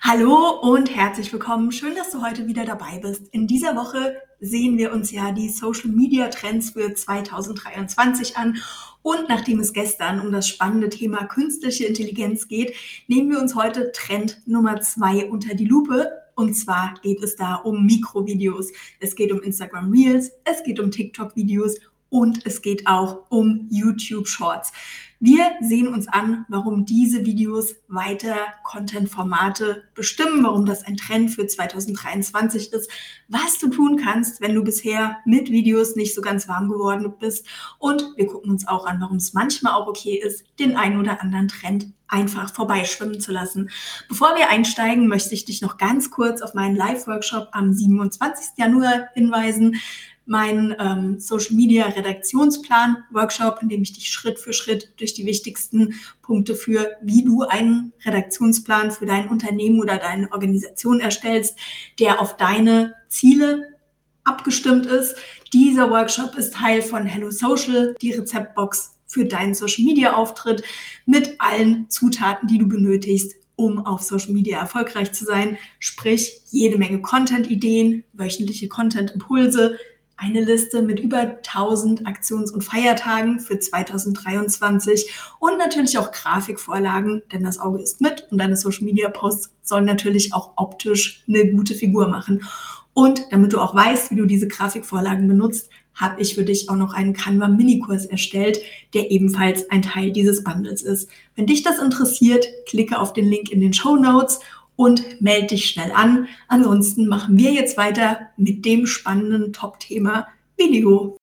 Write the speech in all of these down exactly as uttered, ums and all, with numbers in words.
Hallo und herzlich willkommen. Schön, dass du heute wieder dabei bist. In dieser Woche sehen wir uns ja die Social Media Trends für zwanzig dreiundzwanzig an. Und nachdem es gestern um das spannende Thema künstliche Intelligenz geht, nehmen wir uns heute Trend Nummer zwei unter die Lupe. Und zwar geht es da um Mikrovideos. Es geht um Instagram Reels, es geht um TikTok-Videos und es geht auch um YouTube Shorts. Wir sehen uns an, warum diese Videos weiter Content-Formate bestimmen, warum das ein Trend für zwanzig dreiundzwanzig ist, was du tun kannst, wenn du bisher mit Videos nicht so ganz warm geworden bist. Und wir gucken uns auch an, warum es manchmal auch okay ist, den einen oder anderen Trend einfach vorbeischwimmen zu lassen. Bevor wir einsteigen, möchte ich dich noch ganz kurz auf meinen Live-Workshop am siebenundzwanzigsten Januar hinweisen. Mein ähm, Social Media Redaktionsplan Workshop, in dem ich dich Schritt für Schritt durch die wichtigsten Punkte führe, wie du einen Redaktionsplan für dein Unternehmen oder deine Organisation erstellst, der auf deine Ziele abgestimmt ist. Dieser Workshop ist Teil von Hello Social, die Rezeptbox für deinen Social Media Auftritt mit allen Zutaten, die du benötigst, um auf Social Media erfolgreich zu sein. Sprich, jede Menge Content-Ideen, wöchentliche Content-Impulse, eine Liste mit über tausend Aktions- und Feiertagen für zwanzig dreiundzwanzig und natürlich auch Grafikvorlagen, denn das Auge ist mit und deine Social-Media-Posts sollen natürlich auch optisch eine gute Figur machen. Und damit du auch weißt, wie du diese Grafikvorlagen benutzt, habe ich für dich auch noch einen Canva-Minikurs erstellt, der ebenfalls ein Teil dieses Bundles ist. Wenn dich das interessiert, klicke auf den Link in den Shownotes und melde dich schnell an. Ansonsten machen wir jetzt weiter mit dem spannenden Top-Thema Video.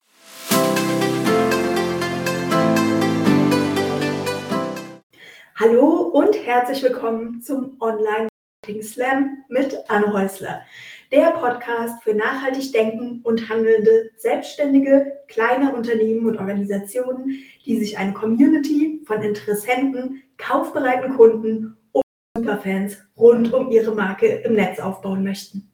Hallo und herzlich willkommen zum Online-Marketing-Slam mit Anne Häusler. Der Podcast für nachhaltig denken und handelnde Selbstständige, kleine Unternehmen und Organisationen, die sich eine Community von Interessenten, kaufbereiten Kunden und Superfans rund um ihre Marke im Netz aufbauen möchten.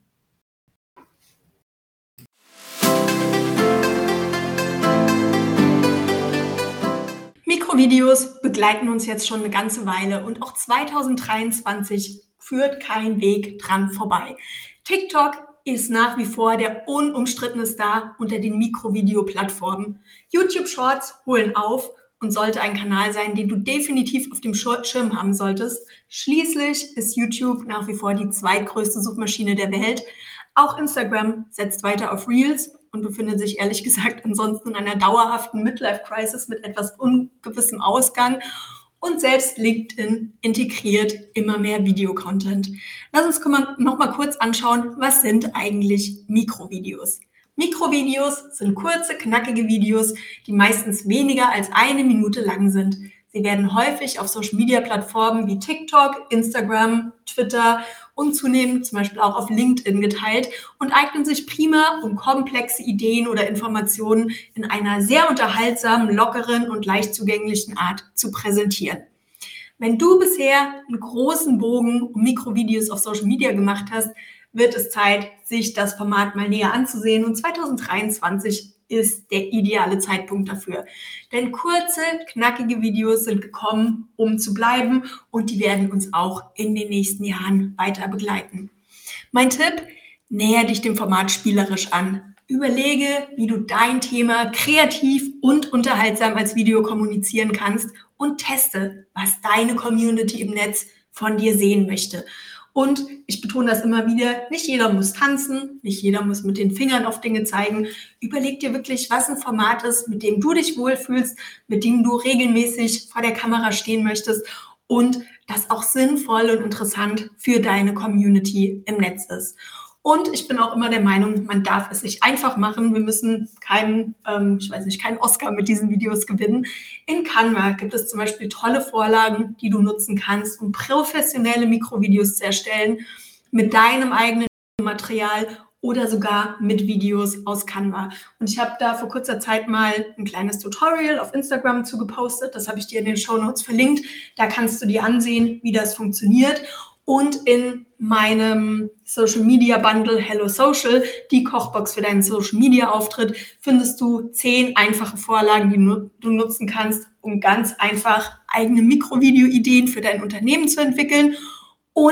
Mikrovideos begleiten uns jetzt schon eine ganze Weile und auch zwanzig dreiundzwanzig führt kein Weg dran vorbei. TikTok ist nach wie vor der unumstrittene Star unter den Mikrovideo-Plattformen. YouTube Shorts holen auf und sollte ein Kanal sein, den du definitiv auf dem Schirm haben solltest. Schließlich ist YouTube nach wie vor die zweitgrößte Suchmaschine der Welt. Auch Instagram setzt weiter auf Reels und befindet sich ehrlich gesagt ansonsten in einer dauerhaften Midlife-Crisis mit etwas ungewissem Ausgang. Und selbst LinkedIn integriert immer mehr Videocontent. Lass uns noch mal kurz anschauen, was sind eigentlich Mikrovideos? Mikrovideos sind kurze, knackige Videos, die meistens weniger als eine Minute lang sind. Sie werden häufig auf Social-Media-Plattformen wie TikTok, Instagram, Twitter und zunehmend zum Beispiel auch auf LinkedIn geteilt und eignen sich prima, um komplexe Ideen oder Informationen in einer sehr unterhaltsamen, lockeren und leicht zugänglichen Art zu präsentieren. Wenn du bisher einen großen Bogen um Mikrovideos auf Social Media gemacht hast, wird es Zeit, sich das Format mal näher anzusehen. Und zwanzig dreiundzwanzig ist der ideale Zeitpunkt dafür. Denn kurze, knackige Videos sind gekommen, um zu bleiben und die werden uns auch in den nächsten Jahren weiter begleiten. Mein Tipp, näher dich dem Format spielerisch an. Überlege, wie du dein Thema kreativ und unterhaltsam als Video kommunizieren kannst und teste, was deine Community im Netz von dir sehen möchte. Und ich betone das immer wieder, nicht jeder muss tanzen, nicht jeder muss mit den Fingern auf Dinge zeigen. Überleg dir wirklich, was ein Format ist, mit dem du dich wohlfühlst, mit dem du regelmäßig vor der Kamera stehen möchtest und das auch sinnvoll und interessant für deine Community im Netz ist. Und ich bin auch immer der Meinung, man darf es sich einfach machen. Wir müssen keinen, ähm, ich weiß nicht, keinen Oscar mit diesen Videos gewinnen. In Canva gibt es zum Beispiel tolle Vorlagen, die du nutzen kannst, um professionelle Mikrovideos zu erstellen mit deinem eigenen Material oder sogar mit Videos aus Canva. Und ich habe da vor kurzer Zeit mal ein kleines Tutorial auf Instagram zu gepostet. Das habe ich dir in den Shownotes verlinkt. Da kannst du dir ansehen, wie das funktioniert. Und in meinem Social Media Bundle Hello Social, die Kochbox für deinen Social Media Auftritt, findest du zehn einfache Vorlagen, die du nutzen kannst, um ganz einfach eigene Mikrovideo-Ideen für dein Unternehmen zu entwickeln und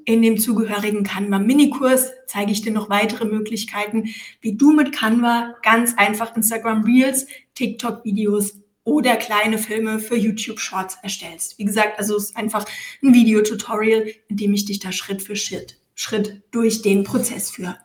in dem zugehörigen Canva-Minikurs zeige ich dir noch weitere Möglichkeiten, wie du mit Canva ganz einfach Instagram Reels, TikTok-Videos oder kleine Filme für YouTube Shorts erstellst. Wie gesagt, also es ist einfach ein Videotutorial, in dem ich dich da Schritt für Schritt, Schritt durch den Prozess führe.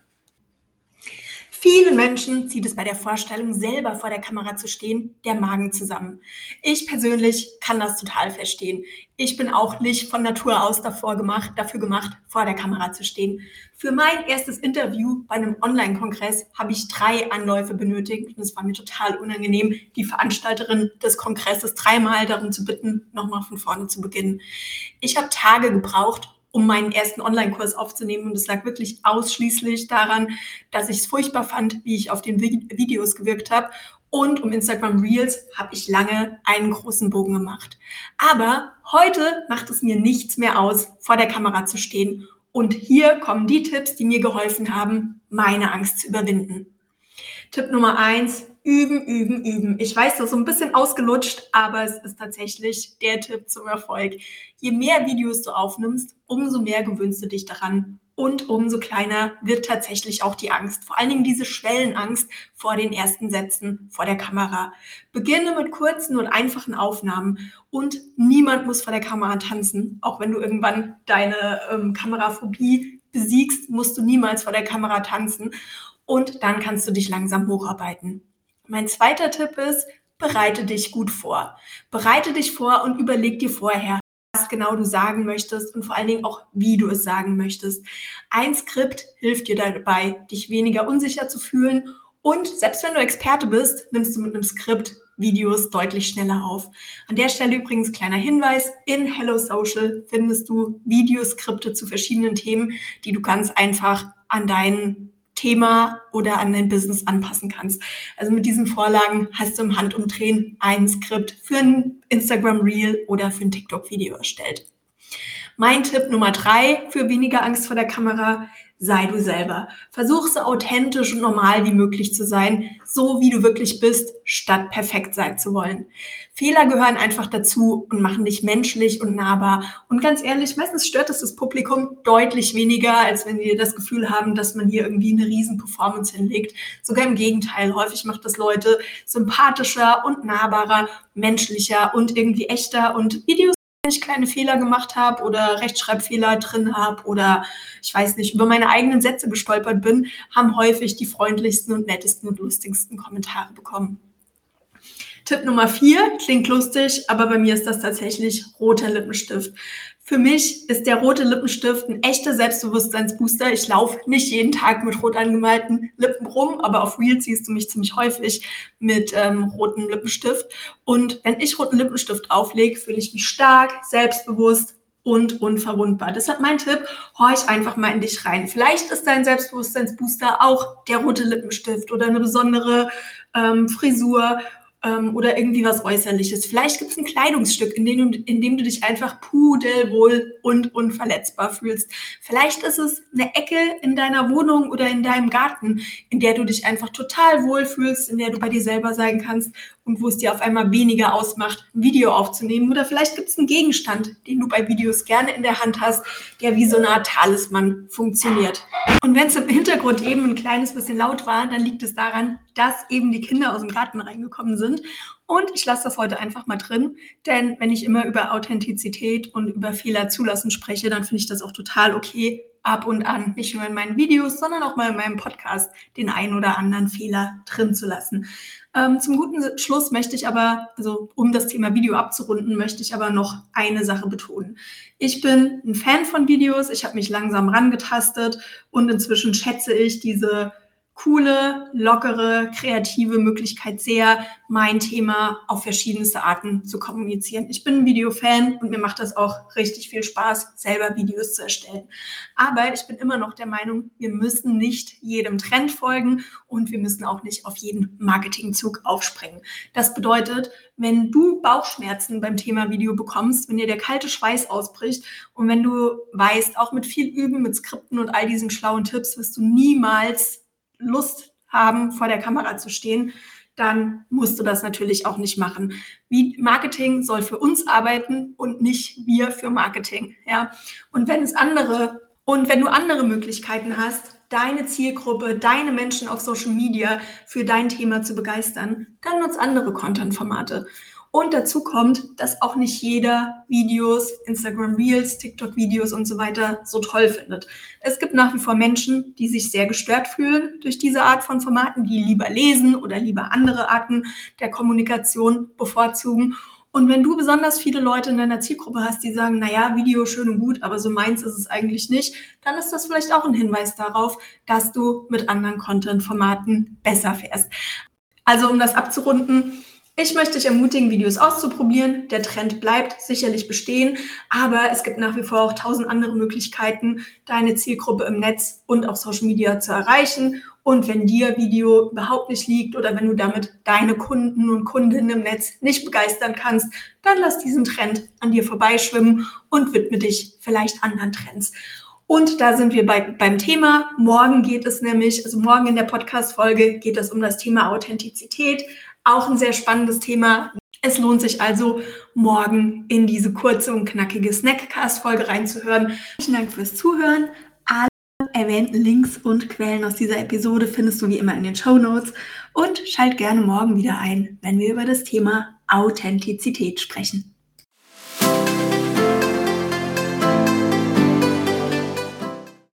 Vielen Menschen zieht es bei der Vorstellung, selber vor der Kamera zu stehen, der Magen zusammen. Ich persönlich kann das total verstehen. Ich bin auch nicht von Natur aus davor gemacht, dafür gemacht, vor der Kamera zu stehen. Für mein erstes Interview bei einem Online-Kongress habe ich drei Anläufe benötigt und es war mir total unangenehm, die Veranstalterin des Kongresses dreimal darum zu bitten, nochmal von vorne zu beginnen. Ich habe Tage gebraucht, um meinen ersten Online-Kurs aufzunehmen. Und es lag wirklich ausschließlich daran, dass ich es furchtbar fand, wie ich auf den Videos gewirkt habe. Und um Instagram Reels habe ich lange einen großen Bogen gemacht. Aber heute macht es mir nichts mehr aus, vor der Kamera zu stehen. Und hier kommen die Tipps, die mir geholfen haben, meine Angst zu überwinden. Tipp Nummer eins, üben, üben, üben. Ich weiß, das ist so ein bisschen ausgelutscht, aber es ist tatsächlich der Tipp zum Erfolg. Je mehr Videos du aufnimmst, umso mehr gewöhnst du dich daran und umso kleiner wird tatsächlich auch die Angst. Vor allen Dingen diese Schwellenangst vor den ersten Sätzen vor der Kamera. Beginne mit kurzen und einfachen Aufnahmen und niemand muss vor der Kamera tanzen. Auch wenn du irgendwann deine ähm, Kameraphobie besiegst, musst du niemals vor der Kamera tanzen. Und dann kannst du dich langsam hocharbeiten. Mein zweiter Tipp ist, bereite dich gut vor. Bereite dich vor und überleg dir vorher, was genau du sagen möchtest und vor allen Dingen auch, wie du es sagen möchtest. Ein Skript hilft dir dabei, dich weniger unsicher zu fühlen und selbst wenn du Experte bist, nimmst du mit einem Skript Videos deutlich schneller auf. An der Stelle übrigens kleiner Hinweis, in Hello Social findest du Videoskripte zu verschiedenen Themen, die du ganz einfach an deinen Thema oder an dein Business anpassen kannst. Also mit diesen Vorlagen hast du im Handumdrehen ein Skript für ein Instagram Reel oder für ein TikTok-Video erstellt. Mein Tipp Nummer drei für weniger Angst vor der Kamera: Sei du selber. Versuch so authentisch und normal wie möglich zu sein, so wie du wirklich bist, statt perfekt sein zu wollen. Fehler gehören einfach dazu und machen dich menschlich und nahbar. Und ganz ehrlich, meistens stört es das Publikum deutlich weniger, als wenn wir das Gefühl haben, dass man hier irgendwie eine riesen Performance hinlegt. Sogar im Gegenteil, häufig macht das Leute sympathischer und nahbarer, menschlicher und irgendwie echter. Und Videos, wenn ich kleine Fehler gemacht habe oder Rechtschreibfehler drin habe oder ich weiß nicht, über meine eigenen Sätze gestolpert bin, haben häufig die freundlichsten und nettesten und lustigsten Kommentare bekommen. Tipp Nummer vier, klingt lustig, aber bei mir ist das tatsächlich roter Lippenstift. Für mich ist der rote Lippenstift ein echter Selbstbewusstseinsbooster. Ich laufe nicht jeden Tag mit rot angemalten Lippen rum, aber auf Reels siehst du mich ziemlich häufig mit ähm, rotem Lippenstift. Und wenn ich roten Lippenstift auflege, fühle ich mich stark, selbstbewusst und unverwundbar. Deshalb mein Tipp, horch einfach mal in dich rein. Vielleicht ist dein Selbstbewusstseinsbooster auch der rote Lippenstift oder eine besondere ähm, Frisur ähm, oder irgendwie was Äußerliches. Vielleicht gibt es ein Kleidungsstück, in dem, du, in dem du dich einfach pudelwohl und unverletzbar fühlst. Vielleicht ist es eine Ecke in deiner Wohnung oder in deinem Garten, in der du dich einfach total wohl fühlst, in der du bei dir selber sein kannst und wo es dir auf einmal weniger ausmacht, ein Video aufzunehmen. Oder vielleicht gibt es einen Gegenstand, den du bei Videos gerne in der Hand hast, der wie so eine Art Talisman funktioniert. Und wenn es im Hintergrund eben ein kleines bisschen laut war, dann liegt es daran, dass eben die Kinder aus dem Garten reingekommen sind. Und ich lasse das heute einfach mal drin, denn wenn ich immer über Authentizität und über Fehler zulassen spreche, dann finde ich das auch total okay, ab und an, nicht nur in meinen Videos, sondern auch mal in meinem Podcast, den einen oder anderen Fehler drin zu lassen. Ähm, zum guten Schluss möchte ich aber, also um das Thema Video abzurunden, möchte ich aber noch eine Sache betonen. Ich bin ein Fan von Videos, ich habe mich langsam rangetastet und inzwischen schätze ich diese coole, lockere, kreative Möglichkeit sehr, mein Thema auf verschiedenste Arten zu kommunizieren. Ich bin ein Videofan und mir macht das auch richtig viel Spaß, selber Videos zu erstellen. Aber ich bin immer noch der Meinung, wir müssen nicht jedem Trend folgen und wir müssen auch nicht auf jeden Marketingzug aufspringen. Das bedeutet, wenn du Bauchschmerzen beim Thema Video bekommst, wenn dir der kalte Schweiß ausbricht und wenn du weißt, auch mit viel Üben, mit Skripten und all diesen schlauen Tipps wirst du niemals Lust haben, vor der Kamera zu stehen, dann musst du das natürlich auch nicht machen. Wie Marketing soll für uns arbeiten und nicht wir für Marketing. Ja? Und wenn es andere Und wenn du andere Möglichkeiten hast, deine Zielgruppe, deine Menschen auf Social Media für dein Thema zu begeistern, dann nutz andere Content-Formate. Und dazu kommt, dass auch nicht jeder Videos, Instagram Reels, TikTok-Videos und so weiter so toll findet. Es gibt nach wie vor Menschen, die sich sehr gestört fühlen durch diese Art von Formaten, die lieber lesen oder lieber andere Arten der Kommunikation bevorzugen. Und wenn du besonders viele Leute in deiner Zielgruppe hast, die sagen, naja, Video schön und gut, aber so meins ist es eigentlich nicht, dann ist das vielleicht auch ein Hinweis darauf, dass du mit anderen Content-Formaten besser fährst. Also um das abzurunden, ich möchte dich ermutigen, Videos auszuprobieren. Der Trend bleibt sicherlich bestehen, aber es gibt nach wie vor auch tausend andere Möglichkeiten, deine Zielgruppe im Netz und auf Social Media zu erreichen. Und wenn dir Video überhaupt nicht liegt oder wenn du damit deine Kunden und Kundinnen im Netz nicht begeistern kannst, dann lass diesen Trend an dir vorbeischwimmen und widme dich vielleicht anderen Trends. Und da sind wir bei, beim Thema. Morgen geht es nämlich, also morgen in der Podcast-Folge geht es um das Thema Authentizität. Auch ein sehr spannendes Thema. Es lohnt sich also, morgen in diese kurze und knackige Snackcast-Folge reinzuhören. Vielen Dank fürs Zuhören. Alle erwähnten Links und Quellen aus dieser Episode findest du wie immer in den Shownotes. Und schalt gerne morgen wieder ein, wenn wir über das Thema Authentizität sprechen.